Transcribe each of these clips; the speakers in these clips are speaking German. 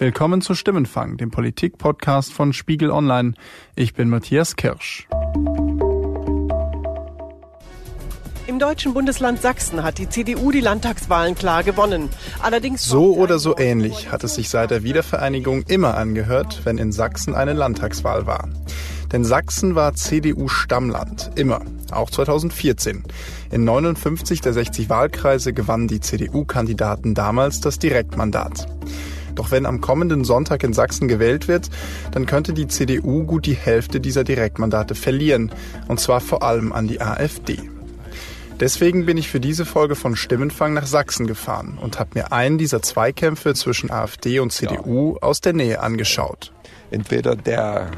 Willkommen zu Stimmenfang, dem Politik-Podcast von Spiegel Online. Ich bin Matthias Kirsch. Im deutschen Bundesland Sachsen hat die CDU die Landtagswahlen klar gewonnen. Allerdings so oder so ähnlich hat es sich seit der Wiedervereinigung immer angehört, wenn in Sachsen eine Landtagswahl war. Denn Sachsen war CDU-Stammland, immer, auch 2014. In 59 der 60 Wahlkreise gewannen die CDU-Kandidaten damals das Direktmandat. Doch wenn am kommenden Sonntag in Sachsen gewählt wird, dann könnte die CDU gut die Hälfte dieser Direktmandate verlieren, und zwar vor allem an die AfD. Deswegen bin ich für diese Folge von Stimmenfang nach Sachsen gefahren und habe mir einen dieser Zweikämpfe zwischen AfD und CDU aus der Nähe angeschaut. Entweder der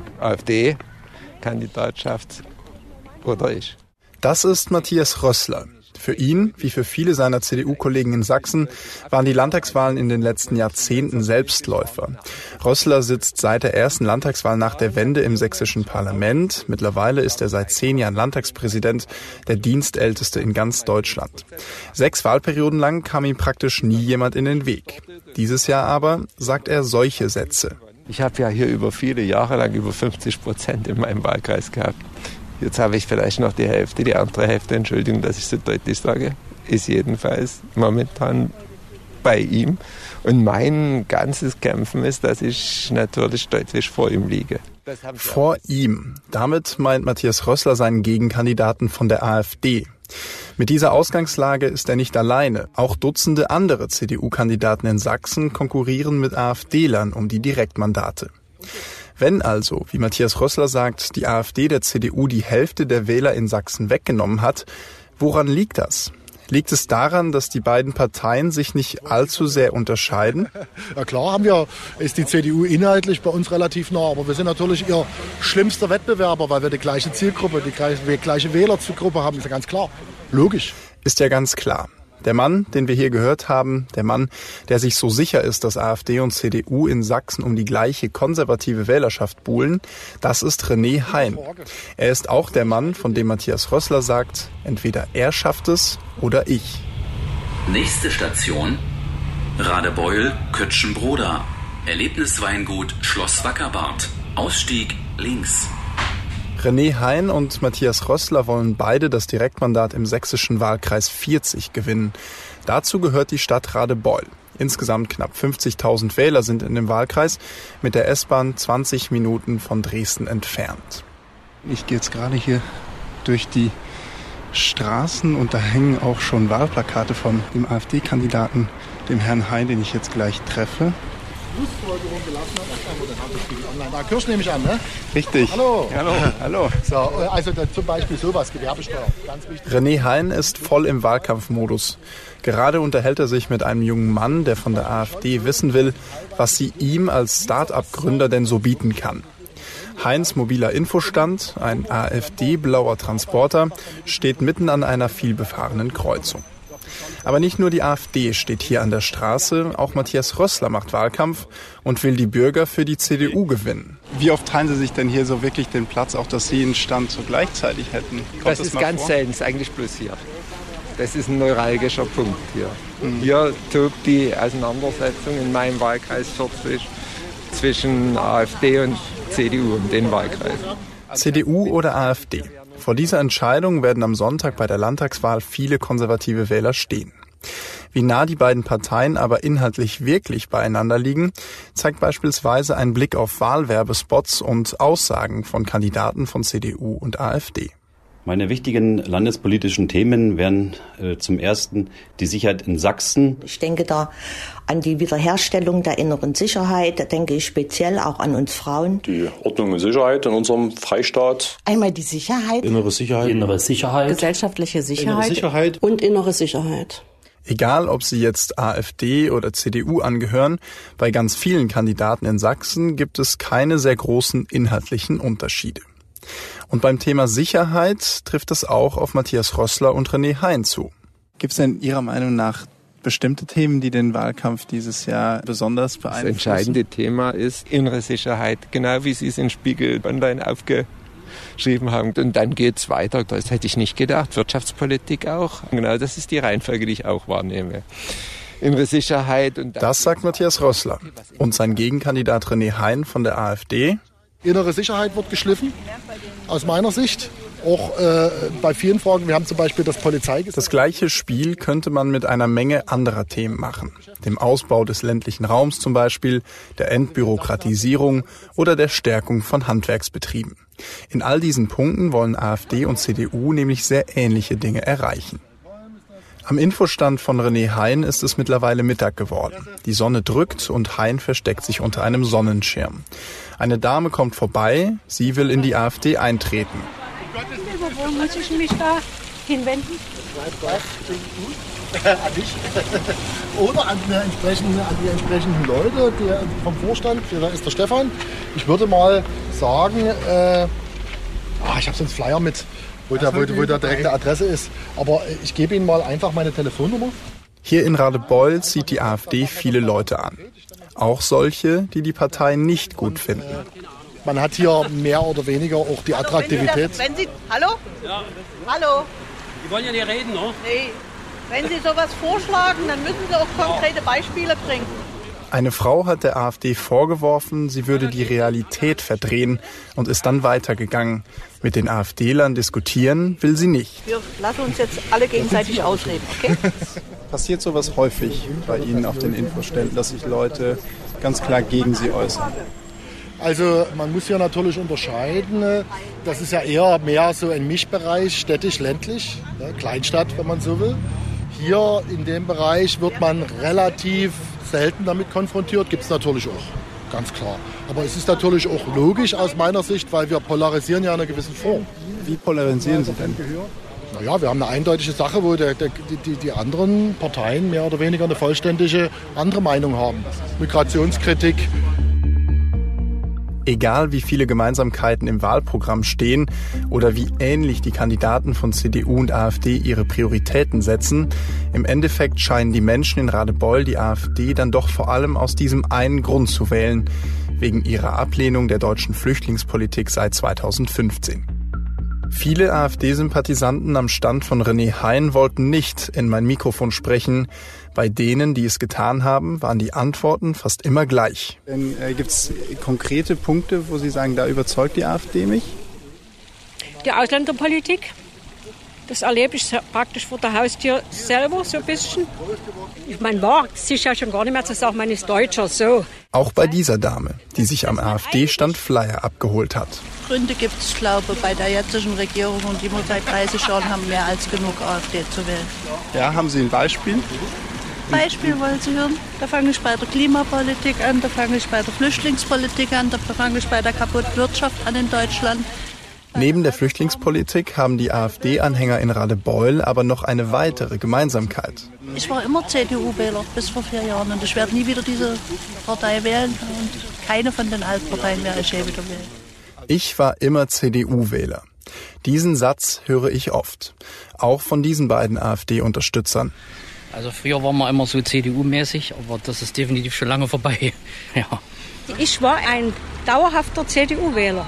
AfD-Kandidat schafft oder ich. Das ist Matthias Rössler. Für ihn, wie für viele seiner CDU-Kollegen in Sachsen, waren die Landtagswahlen in den letzten Jahrzehnten Selbstläufer. Rössler sitzt seit der ersten Landtagswahl nach der Wende im sächsischen Parlament. Mittlerweile ist er seit 10 Jahren Landtagspräsident, der dienstälteste in ganz Deutschland. 6 Wahlperioden lang kam ihm praktisch nie jemand in den Weg. Dieses Jahr aber sagt er solche Sätze. Ich habe ja hier über viele Jahre lang über 50% in meinem Wahlkreis gehabt. Jetzt habe ich vielleicht noch die Hälfte, die andere Hälfte, Entschuldigung, dass ich so deutlich sage, ist jedenfalls momentan bei ihm. Und mein ganzes Kämpfen ist, dass ich natürlich deutlich vor ihm liege. Vor ihm. Damit meint Matthias Rössler seinen Gegenkandidaten von der AfD. Mit dieser Ausgangslage ist er nicht alleine. Auch Dutzende andere CDU-Kandidaten in Sachsen konkurrieren mit AfDlern um die Direktmandate. Wenn also, wie Matthias Rössler sagt, die AfD der CDU die Hälfte der Wähler in Sachsen weggenommen hat, woran liegt das? Liegt es daran, dass die beiden Parteien sich nicht allzu sehr unterscheiden? Ja klar ist die CDU inhaltlich bei uns relativ nah, aber wir sind natürlich ihr schlimmster Wettbewerber, weil wir die gleiche Zielgruppe, die gleiche Wählergruppe haben, ist ja ganz klar. Logisch. Ist ja ganz klar. Der Mann, den wir hier gehört haben, der Mann, der sich so sicher ist, dass AfD und CDU in Sachsen um die gleiche konservative Wählerschaft buhlen, das ist René Hein. Er ist auch der Mann, von dem Matthias Rössler sagt, entweder er schafft es oder ich. Nächste Station, Radebeul, Kötschenbroda. Erlebnisweingut Schloss Wackerbart. Ausstieg links. René Hein und Matthias Rössler wollen beide das Direktmandat im sächsischen Wahlkreis 40 gewinnen. Dazu gehört die Stadt Radebeul. Insgesamt knapp 50.000 Wähler sind in dem Wahlkreis, mit der S-Bahn 20 Minuten von Dresden entfernt. Ich gehe jetzt gerade hier durch die Straßen und da hängen auch schon Wahlplakate von dem AfD-Kandidaten, dem Herrn Hein, den ich jetzt gleich treffe. Da Kirsch nehme ich an, ne? Richtig. Hallo. Hallo. So, also zum Beispiel sowas, Gewerbesteuer, ganz wichtig. René Hein ist voll im Wahlkampfmodus. Gerade unterhält er sich mit einem jungen Mann, der von der AfD wissen will, was sie ihm als Start-up-Gründer denn so bieten kann. Heins mobiler Infostand, ein AfD-blauer Transporter, steht mitten an einer vielbefahrenen Kreuzung. Aber nicht nur die AfD steht hier an der Straße, auch Matthias Rössler macht Wahlkampf und will die Bürger für die CDU gewinnen. Wie oft teilen Sie sich denn hier so wirklich den Platz, auch dass Sie einen Stand so gleichzeitig hätten? Das ist ganz selten, ist eigentlich bloß hier. Das ist ein neuralgischer Punkt hier. Hier tobt die Auseinandersetzung in meinem Wahlkreis 40 zwischen AfD und CDU um den Wahlkreis. CDU oder AfD? Vor dieser Entscheidung werden am Sonntag bei der Landtagswahl viele konservative Wähler stehen. Wie nah die beiden Parteien aber inhaltlich wirklich beieinander liegen, zeigt beispielsweise ein Blick auf Wahlwerbespots und Aussagen von Kandidaten von CDU und AfD. Meine wichtigen landespolitischen Themen wären zum ersten die Sicherheit in Sachsen. Ich denke da an die Wiederherstellung der inneren Sicherheit, da denke ich speziell auch an uns Frauen. Die Ordnung und Sicherheit in unserem Freistaat. Einmal die Sicherheit. Innere Sicherheit. Gesellschaftliche Sicherheit. Innere Sicherheit. Und innere Sicherheit. Egal, ob sie jetzt AfD oder CDU angehören, bei ganz vielen Kandidaten in Sachsen gibt es keine sehr großen inhaltlichen Unterschiede. Und beim Thema Sicherheit trifft es auch auf Matthias Rössler und René Hein zu. Gibt es denn Ihrer Meinung nach bestimmte Themen, die den Wahlkampf dieses Jahr besonders beeinflussen? Das entscheidende Thema ist innere Sicherheit, genau wie Sie es in Spiegel Online aufgeschrieben haben. Und dann geht's weiter, das hätte ich nicht gedacht, Wirtschaftspolitik auch. Genau, das ist die Reihenfolge, die ich auch wahrnehme. innere Sicherheit. Und das sagt Matthias Rössler. Und sein Gegenkandidat René Hein von der AfD? Innere Sicherheit wird geschliffen, aus meiner Sicht. Auch bei vielen Fragen, wir haben zum Beispiel das Polizeigesetz. Das gleiche Spiel könnte man mit einer Menge anderer Themen machen. Dem Ausbau des ländlichen Raums zum Beispiel, der Entbürokratisierung oder der Stärkung von Handwerksbetrieben. In all diesen Punkten wollen AfD und CDU nämlich sehr ähnliche Dinge erreichen. Am Infostand von René Hein ist es mittlerweile Mittag geworden. Die Sonne drückt und Hein versteckt sich unter einem Sonnenschirm. Eine Dame kommt vorbei, sie will in die AfD eintreten. Wo muss ich mich da hinwenden? An dich. Oder an die entsprechenden Leute vom Vorstand. Da ist der Stefan. Ich würde mal sagen, ich habe so einen Flyer mit, wo der direkte Adresse ist. Aber ich gebe Ihnen mal einfach meine Telefonnummer. Hier in Radebeul zieht die AfD viele Leute an. Auch solche, die die Partei nicht gut finden. Man hat hier mehr oder weniger auch die Attraktivität. Hallo? Ja. Hallo? Die wollen ja nicht reden, ne? Nee. Wenn Sie sowas vorschlagen, dann müssen Sie auch konkrete Beispiele bringen. Eine Frau hat der AfD vorgeworfen, sie würde die Realität verdrehen und ist dann weitergegangen. Mit den AfDlern diskutieren will sie nicht. Wir lassen uns jetzt alle gegenseitig ausreden, okay? Passiert sowas häufig bei Ihnen auf den Infoständen, dass sich Leute ganz klar gegen Sie äußern? Also man muss hier natürlich unterscheiden, das ist ja eher mehr so ein Mischbereich, städtisch-ländlich, Kleinstadt, wenn man so will. Hier in dem Bereich wird man relativ selten damit konfrontiert, gibt es natürlich auch, ganz klar. Aber es ist natürlich auch logisch aus meiner Sicht, weil wir polarisieren ja in einer gewissen Form. Wie polarisieren Sie denn? Naja, wir haben eine eindeutige Sache, wo die anderen Parteien mehr oder weniger eine vollständige andere Meinung haben. Migrationskritik. Egal wie viele Gemeinsamkeiten im Wahlprogramm stehen oder wie ähnlich die Kandidaten von CDU und AfD ihre Prioritäten setzen, im Endeffekt scheinen die Menschen in Radebeul die AfD dann doch vor allem aus diesem einen Grund zu wählen, wegen ihrer Ablehnung der deutschen Flüchtlingspolitik seit 2015. Viele AfD-Sympathisanten am Stand von René Hein wollten nicht in mein Mikrofon sprechen. Bei denen, die es getan haben, waren die Antworten fast immer gleich. Gibt es konkrete Punkte, wo Sie sagen, da überzeugt die AfD mich? Die Ausländerpolitik. Das erlebe ich praktisch vor der Haustür selber so ein bisschen. Man wagt sich ja schon gar nicht mehr zu sagen, man ist Deutscher, so. Auch bei dieser Dame, die sich am AfD-Stand Flyer abgeholt hat. Gründe gibt es, glaube ich, bei der jetzigen Regierung und die wir seit 30 Jahren haben mehr als genug AfD zu wählen. Ja, haben Sie ein Beispiel? Beispiel wollen Sie hören? Da fange ich bei der Klimapolitik an, da fange ich bei der Flüchtlingspolitik an, da fange ich bei der kaputten Wirtschaft an in Deutschland. Neben der Flüchtlingspolitik haben die AfD-Anhänger in Radebeul aber noch eine weitere Gemeinsamkeit. Ich war immer CDU-Wähler bis vor 4 Jahren und ich werde nie wieder diese Partei wählen und keine von den Altparteien werde ich je wieder wählen. Ich war immer CDU-Wähler. Diesen Satz höre ich oft, auch von diesen beiden AfD-Unterstützern. Also früher waren wir immer so CDU-mäßig, aber das ist definitiv schon lange vorbei. Ja. Ich war ein dauerhafter CDU-Wähler.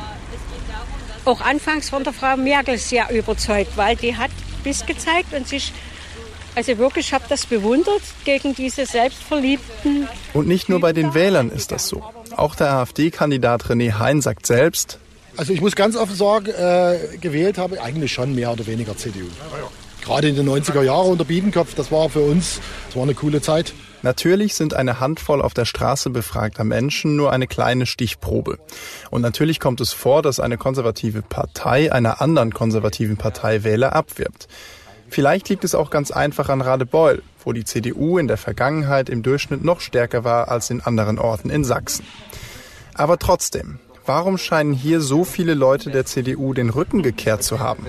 Auch anfangs von der Frau Merkel sehr überzeugt, weil die hat Biss gezeigt und sich, also wirklich, ich habe das bewundert gegen diese selbstverliebten. Und nicht nur bei den Wählern ist das so. Auch der AfD-Kandidat René Hein sagt selbst, also ich muss ganz offen sagen, gewählt habe ich eigentlich schon mehr oder weniger CDU. Gerade in den 90er Jahren unter Biedenkopf, das war für uns, das war eine coole Zeit. Natürlich sind eine Handvoll auf der Straße befragter Menschen nur eine kleine Stichprobe. Und natürlich kommt es vor, dass eine konservative Partei einer anderen konservativen Partei Wähler abwirbt. Vielleicht liegt es auch ganz einfach an Radebeul, wo die CDU in der Vergangenheit im Durchschnitt noch stärker war als in anderen Orten in Sachsen. Aber trotzdem, warum scheinen hier so viele Leute der CDU den Rücken gekehrt zu haben?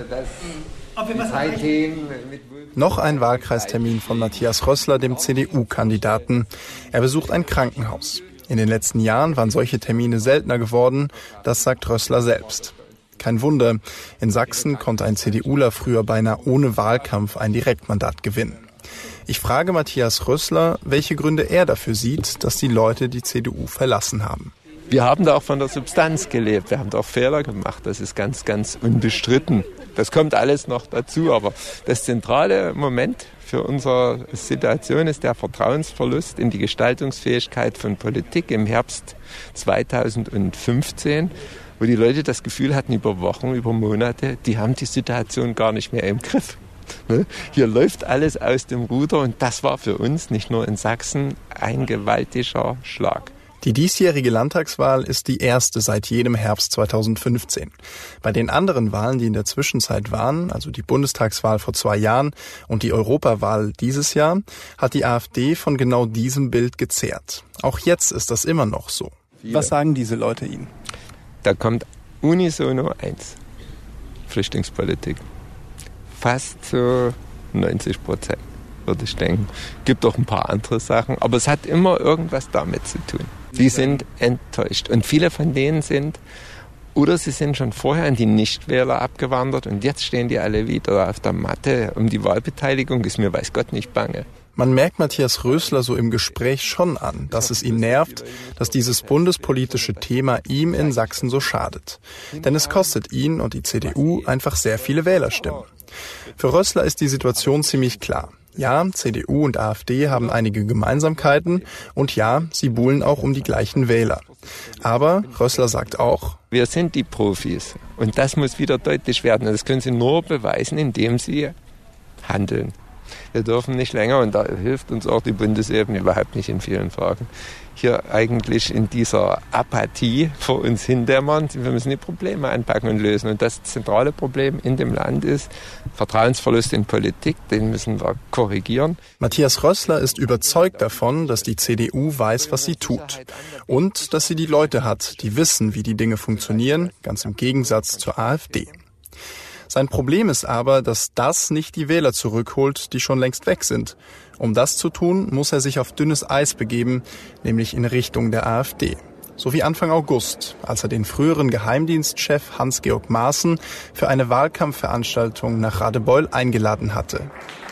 Noch ein Wahlkreistermin von Matthias Rössler, dem CDU-Kandidaten. Er besucht ein Krankenhaus. In den letzten Jahren waren solche Termine seltener geworden, das sagt Rössler selbst. Kein Wunder, in Sachsen konnte ein CDUler früher beinahe ohne Wahlkampf ein Direktmandat gewinnen. Ich frage Matthias Rössler, welche Gründe er dafür sieht, dass die Leute die CDU verlassen haben. Wir haben da auch von der Substanz gelebt. Wir haben da auch Fehler gemacht. Das ist ganz, ganz unbestritten. Das kommt alles noch dazu, aber das zentrale Moment für unsere Situation ist der Vertrauensverlust in die Gestaltungsfähigkeit von Politik im Herbst 2015, wo die Leute das Gefühl hatten, über Wochen, über Monate, die haben die Situation gar nicht mehr im Griff. Hier läuft alles aus dem Ruder und das war für uns, nicht nur in Sachsen, ein gewaltiger Schlag. Die diesjährige Landtagswahl ist die erste seit jenem Herbst 2015. Bei den anderen Wahlen, die in der Zwischenzeit waren, also die Bundestagswahl vor 2 Jahren und die Europawahl dieses Jahr, hat die AfD von genau diesem Bild gezehrt. Auch jetzt ist das immer noch so. Was sagen diese Leute Ihnen? Da kommt unisono eins: Flüchtlingspolitik. Fast so 90%, würde ich denken. Gibt auch ein paar andere Sachen, aber es hat immer irgendwas damit zu tun. Die sind enttäuscht und viele von denen sind, oder sie sind schon vorher in die Nichtwähler abgewandert und jetzt stehen die alle wieder auf der Matte. Um die Wahlbeteiligung ist mir weiß Gott nicht bange. Man merkt Matthias Rösler so im Gespräch schon an, dass es ihn nervt, dass dieses bundespolitische Thema ihm in Sachsen so schadet. Denn es kostet ihn und die CDU einfach sehr viele Wählerstimmen. Für Rösler ist die Situation ziemlich klar. Ja, CDU und AfD haben einige Gemeinsamkeiten und ja, sie buhlen auch um die gleichen Wähler. Aber Rösler sagt auch: Wir sind die Profis und das muss wieder deutlich werden. Und das können sie nur beweisen, indem sie handeln. Wir dürfen nicht länger, und da hilft uns auch die Bundesebene überhaupt nicht in vielen Fragen, hier eigentlich in dieser Apathie vor uns hindämmern. Wir müssen die Probleme anpacken und lösen. Und das zentrale Problem in dem Land ist Vertrauensverlust in Politik. Den müssen wir korrigieren. Matthias Rösler ist überzeugt davon, dass die CDU weiß, was sie tut. Und dass sie die Leute hat, die wissen, wie die Dinge funktionieren, ganz im Gegensatz zur AfD. Sein Problem ist aber, dass das nicht die Wähler zurückholt, die schon längst weg sind. Um das zu tun, muss er sich auf dünnes Eis begeben, nämlich in Richtung der AfD. So wie Anfang August, als er den früheren Geheimdienstchef Hans-Georg Maaßen für eine Wahlkampfveranstaltung nach Radebeul eingeladen hatte.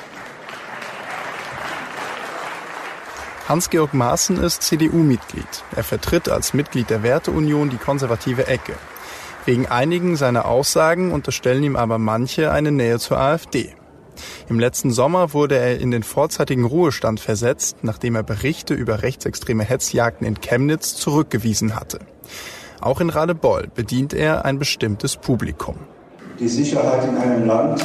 Hans-Georg Maaßen ist CDU-Mitglied. Er vertritt als Mitglied der Werteunion die konservative Ecke. Wegen einigen seiner Aussagen unterstellen ihm aber manche eine Nähe zur AfD. Im letzten Sommer wurde er in den vorzeitigen Ruhestand versetzt, nachdem er Berichte über rechtsextreme Hetzjagden in Chemnitz zurückgewiesen hatte. Auch in Radebeul bedient er ein bestimmtes Publikum. Die Sicherheit in einem Land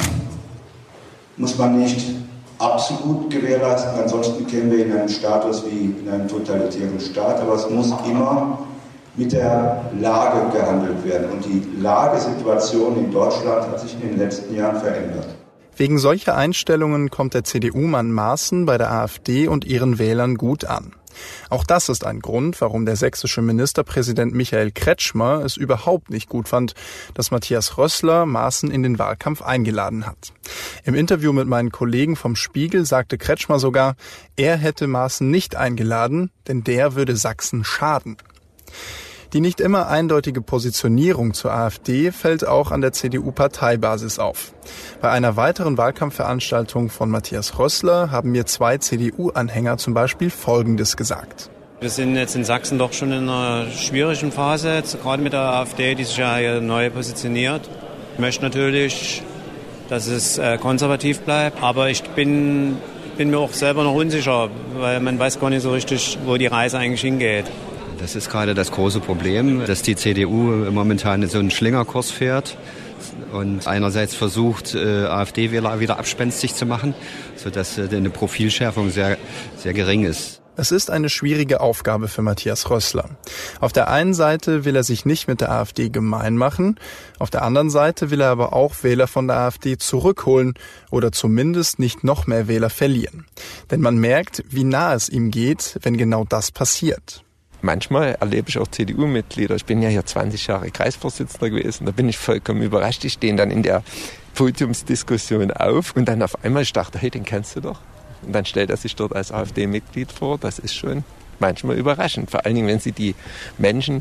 muss man nicht absolut gewährleisten, ansonsten kämen wir in einen Status wie in einem totalitären Staat, aber es muss immer mit der Lage gehandelt werden. Und die Lagesituation in Deutschland hat sich in den letzten Jahren verändert. Wegen solcher Einstellungen kommt der CDU-Mann Maaßen bei der AfD und ihren Wählern gut an. Auch das ist ein Grund, warum der sächsische Ministerpräsident Michael Kretschmer es überhaupt nicht gut fand, dass Matthias Rösler Maaßen in den Wahlkampf eingeladen hat. Im Interview mit meinen Kollegen vom Spiegel sagte Kretschmer sogar, er hätte Maaßen nicht eingeladen, denn der würde Sachsen schaden. Die nicht immer eindeutige Positionierung zur AfD fällt auch an der CDU-Parteibasis auf. Bei einer weiteren Wahlkampfveranstaltung von Matthias Rösler haben mir 2 CDU-Anhänger zum Beispiel Folgendes gesagt. Wir sind jetzt in Sachsen doch schon in einer schwierigen Phase, jetzt gerade mit der AfD, die sich ja hier neu positioniert. Ich möchte natürlich, dass es konservativ bleibt, aber ich bin mir auch selber noch unsicher, weil man weiß gar nicht so richtig, wo die Reise eigentlich hingeht. Das ist gerade das große Problem, dass die CDU momentan so einen Schlingerkurs fährt und einerseits versucht, AfD-Wähler wieder abspenstig zu machen, sodass eine Profilschärfung sehr, sehr gering ist. Es ist eine schwierige Aufgabe für Matthias Rösler. Auf der einen Seite will er sich nicht mit der AfD gemein machen, auf der anderen Seite will er aber auch Wähler von der AfD zurückholen oder zumindest nicht noch mehr Wähler verlieren. Denn man merkt, wie nah es ihm geht, wenn genau das passiert. Manchmal erlebe ich auch CDU-Mitglieder. Ich bin ja hier 20 Jahre Kreisvorsitzender gewesen. Da bin ich vollkommen überrascht. Die stehen dann in der Podiumsdiskussion auf und dann auf einmal, ich dachte, hey, den kennst du doch. Und dann stellt er sich dort als AfD-Mitglied vor. Das ist schon manchmal überraschend. Vor allen Dingen, wenn sie die Menschen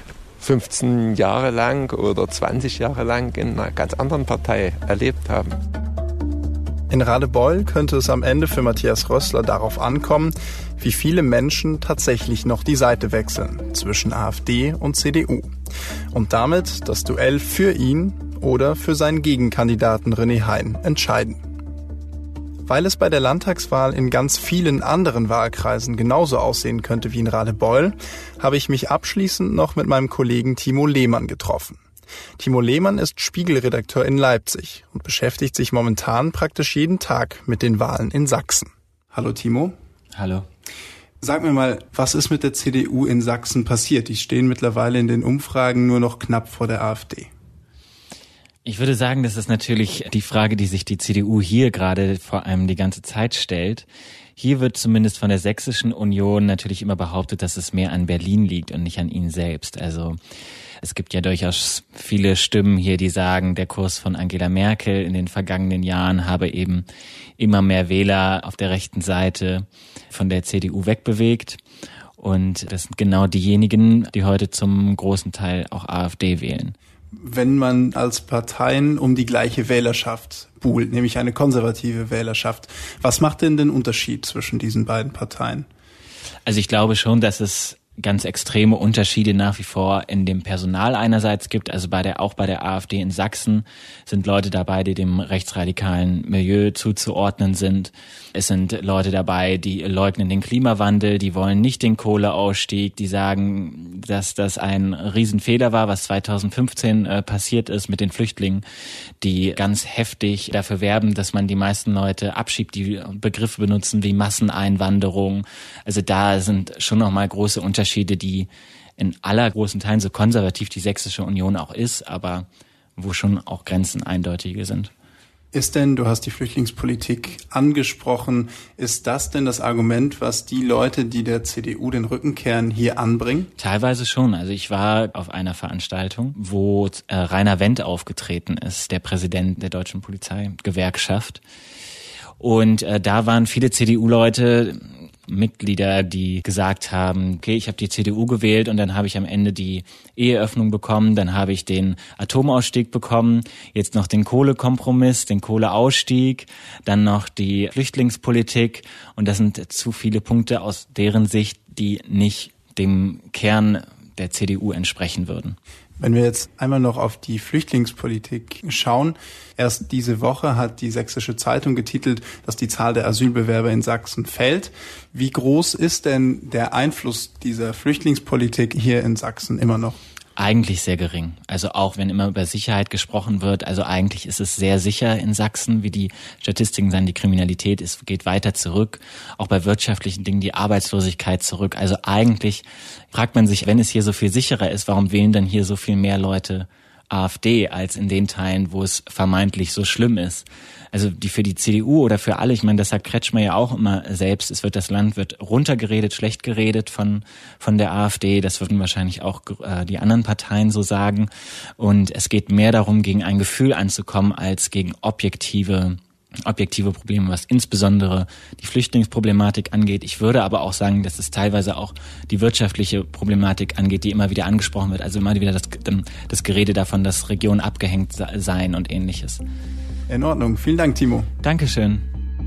15 Jahre lang oder 20 Jahre lang in einer ganz anderen Partei erlebt haben. In Radebeul könnte es am Ende für Matthias Rösler darauf ankommen, wie viele Menschen tatsächlich noch die Seite wechseln zwischen AfD und CDU. Und damit das Duell für ihn oder für seinen Gegenkandidaten René Hein entscheiden. Weil es bei der Landtagswahl in ganz vielen anderen Wahlkreisen genauso aussehen könnte wie in Radebeul, habe ich mich abschließend noch mit meinem Kollegen Timo Lehmann getroffen. Timo Lehmann ist Spiegelredakteur in Leipzig und beschäftigt sich momentan praktisch jeden Tag mit den Wahlen in Sachsen. Hallo Timo. Hallo. Sag mir mal, was ist mit der CDU in Sachsen passiert? Die stehen mittlerweile in den Umfragen nur noch knapp vor der AfD. Ich würde sagen, das ist natürlich die Frage, die sich die CDU hier gerade vor allem die ganze Zeit stellt. Hier wird zumindest von der Sächsischen Union natürlich immer behauptet, dass es mehr an Berlin liegt und nicht an ihnen selbst. Also es gibt ja durchaus viele Stimmen hier, die sagen, der Kurs von Angela Merkel in den vergangenen Jahren habe eben immer mehr Wähler auf der rechten Seite von der CDU wegbewegt. Und das sind genau diejenigen, die heute zum großen Teil auch AfD wählen. Wenn man als Parteien um die gleiche Wählerschaft buhlt, nämlich eine konservative Wählerschaft, was macht denn den Unterschied zwischen diesen beiden Parteien? Also ich glaube schon, dass es ganz extreme Unterschiede nach wie vor in dem Personal einerseits gibt. Also auch bei der AfD in Sachsen sind Leute dabei, die dem rechtsradikalen Milieu zuzuordnen sind. Es sind Leute dabei, die leugnen den Klimawandel, die wollen nicht den Kohleausstieg, die sagen, dass das ein Riesenfehler war, was 2015 passiert ist mit den Flüchtlingen, die ganz heftig dafür werben, dass man die meisten Leute abschiebt, die Begriffe benutzen wie Masseneinwanderung. Also da sind schon nochmal große Unterschiede, die in aller großen Teilen, so konservativ die Sächsische Union auch ist, aber wo schon auch Grenzen eindeutige sind. Ist denn, du hast die Flüchtlingspolitik angesprochen, ist das denn das Argument, was die Leute, die der CDU den Rücken kehren, hier anbringen? Teilweise schon. Also ich war auf einer Veranstaltung, wo Rainer Wendt aufgetreten ist, der Präsident der Deutschen Polizeigewerkschaft. Und da waren viele CDU-Leute, Mitglieder, die gesagt haben, okay, ich habe die CDU gewählt und dann habe ich am Ende die Eheöffnung bekommen, dann habe ich den Atomausstieg bekommen, jetzt noch den Kohlekompromiss, den Kohleausstieg, dann noch die Flüchtlingspolitik und das sind zu viele Punkte aus deren Sicht, die nicht dem Kern der CDU entsprechen würden. Wenn wir jetzt einmal noch auf die Flüchtlingspolitik schauen, erst diese Woche hat die Sächsische Zeitung getitelt, dass die Zahl der Asylbewerber in Sachsen fällt. Wie groß ist denn der Einfluss dieser Flüchtlingspolitik hier in Sachsen immer noch? Eigentlich sehr gering. Also auch wenn immer über Sicherheit gesprochen wird, also eigentlich ist es sehr sicher in Sachsen, wie die Statistiken sagen, die Kriminalität geht weiter zurück, auch bei wirtschaftlichen Dingen die Arbeitslosigkeit zurück. Also eigentlich fragt man sich, wenn es hier so viel sicherer ist, warum wählen dann hier so viel mehr Leute AfD als in den Teilen, wo es vermeintlich so schlimm ist. Also für die CDU oder für alle, ich meine, das sagt Kretschmer ja auch immer selbst, das Land wird runtergeredet, schlecht geredet von der AfD, das würden wahrscheinlich auch die anderen Parteien so sagen. Und es geht mehr darum, gegen ein Gefühl anzukommen, als gegen objektive Probleme, was insbesondere die Flüchtlingsproblematik angeht. Ich würde aber auch sagen, dass es teilweise auch die wirtschaftliche Problematik angeht, die immer wieder angesprochen wird. Also immer wieder das Gerede davon, dass Regionen abgehängt seien und Ähnliches. In Ordnung. Vielen Dank, Timo. Dankeschön.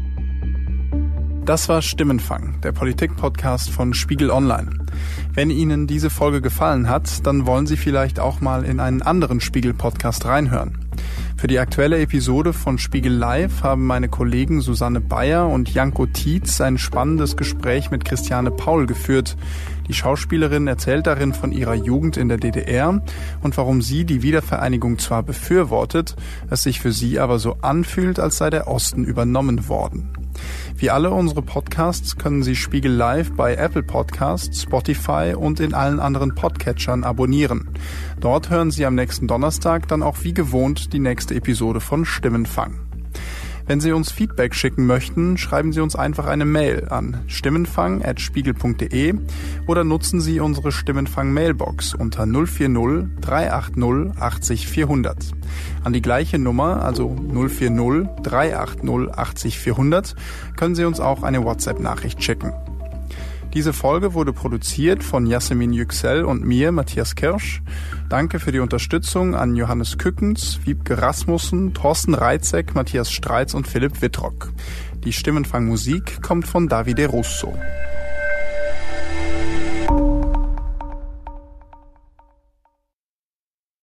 Das war Stimmenfang, der Politik-Podcast von Spiegel Online. Wenn Ihnen diese Folge gefallen hat, dann wollen Sie vielleicht auch mal in einen anderen Spiegel-Podcast reinhören. Für die aktuelle Episode von Spiegel Live haben meine Kollegen Susanne Bayer und Janko Tietz ein spannendes Gespräch mit Christiane Paul geführt. Die Schauspielerin erzählt darin von ihrer Jugend in der DDR und warum sie die Wiedervereinigung zwar befürwortet, es sich für sie aber so anfühlt, als sei der Osten übernommen worden. Wie alle unsere Podcasts können Sie Spiegel Live bei Apple Podcasts, Spotify und in allen anderen Podcatchern abonnieren. Dort hören Sie am nächsten Donnerstag dann auch wie gewohnt die nächste Episode von Stimmenfang. Wenn Sie uns Feedback schicken möchten, schreiben Sie uns einfach eine Mail an stimmenfang@spiegel.de oder nutzen Sie unsere Stimmenfang-Mailbox unter 040 380 80 400. An die gleiche Nummer, also 040 380 80 400, können Sie uns auch eine WhatsApp-Nachricht schicken. Diese Folge wurde produziert von Yasemin Yüksel und mir, Matthias Kirsch. Danke für die Unterstützung an Johannes Kückens, Wiebke Rasmussen, Thorsten Reitzek, Matthias Streitz und Philipp Wittrock. Die Stimmenfang-Musik kommt von Davide Russo.